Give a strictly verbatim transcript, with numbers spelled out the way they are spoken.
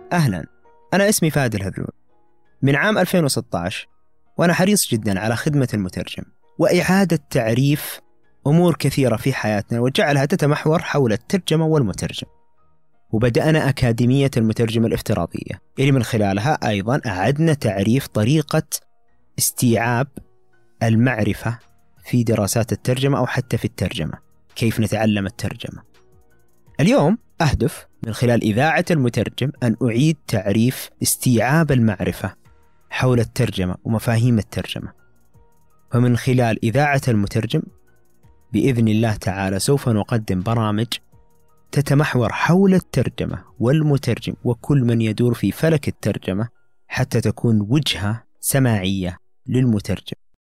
أهلا، أنا اسمي فهد الهذلول. من عام ألفين وستة عشر وأنا حريص جدا على خدمة المترجم وإعادة تعريف أمور كثيرة في حياتنا وجعلها تتمحور حول الترجمة والمترجم. وبدأنا أكاديمية المترجم الافتراضية اللي من خلالها أيضا أعدنا تعريف طريقة استيعاب المعرفة في دراسات الترجمة أو حتى في الترجمة، كيف نتعلم الترجمة. اليوم أهدف من خلال إذاعة المترجم أن أعيد تعريف استيعاب المعرفة حول الترجمة ومفاهيم الترجمة. ومن خلال إذاعة المترجم بإذن الله تعالى سوف نقدم برامج تتمحور حول الترجمة والمترجم وكل من يدور في فلك الترجمة، حتى تكون وجهة سماعية للمترجم.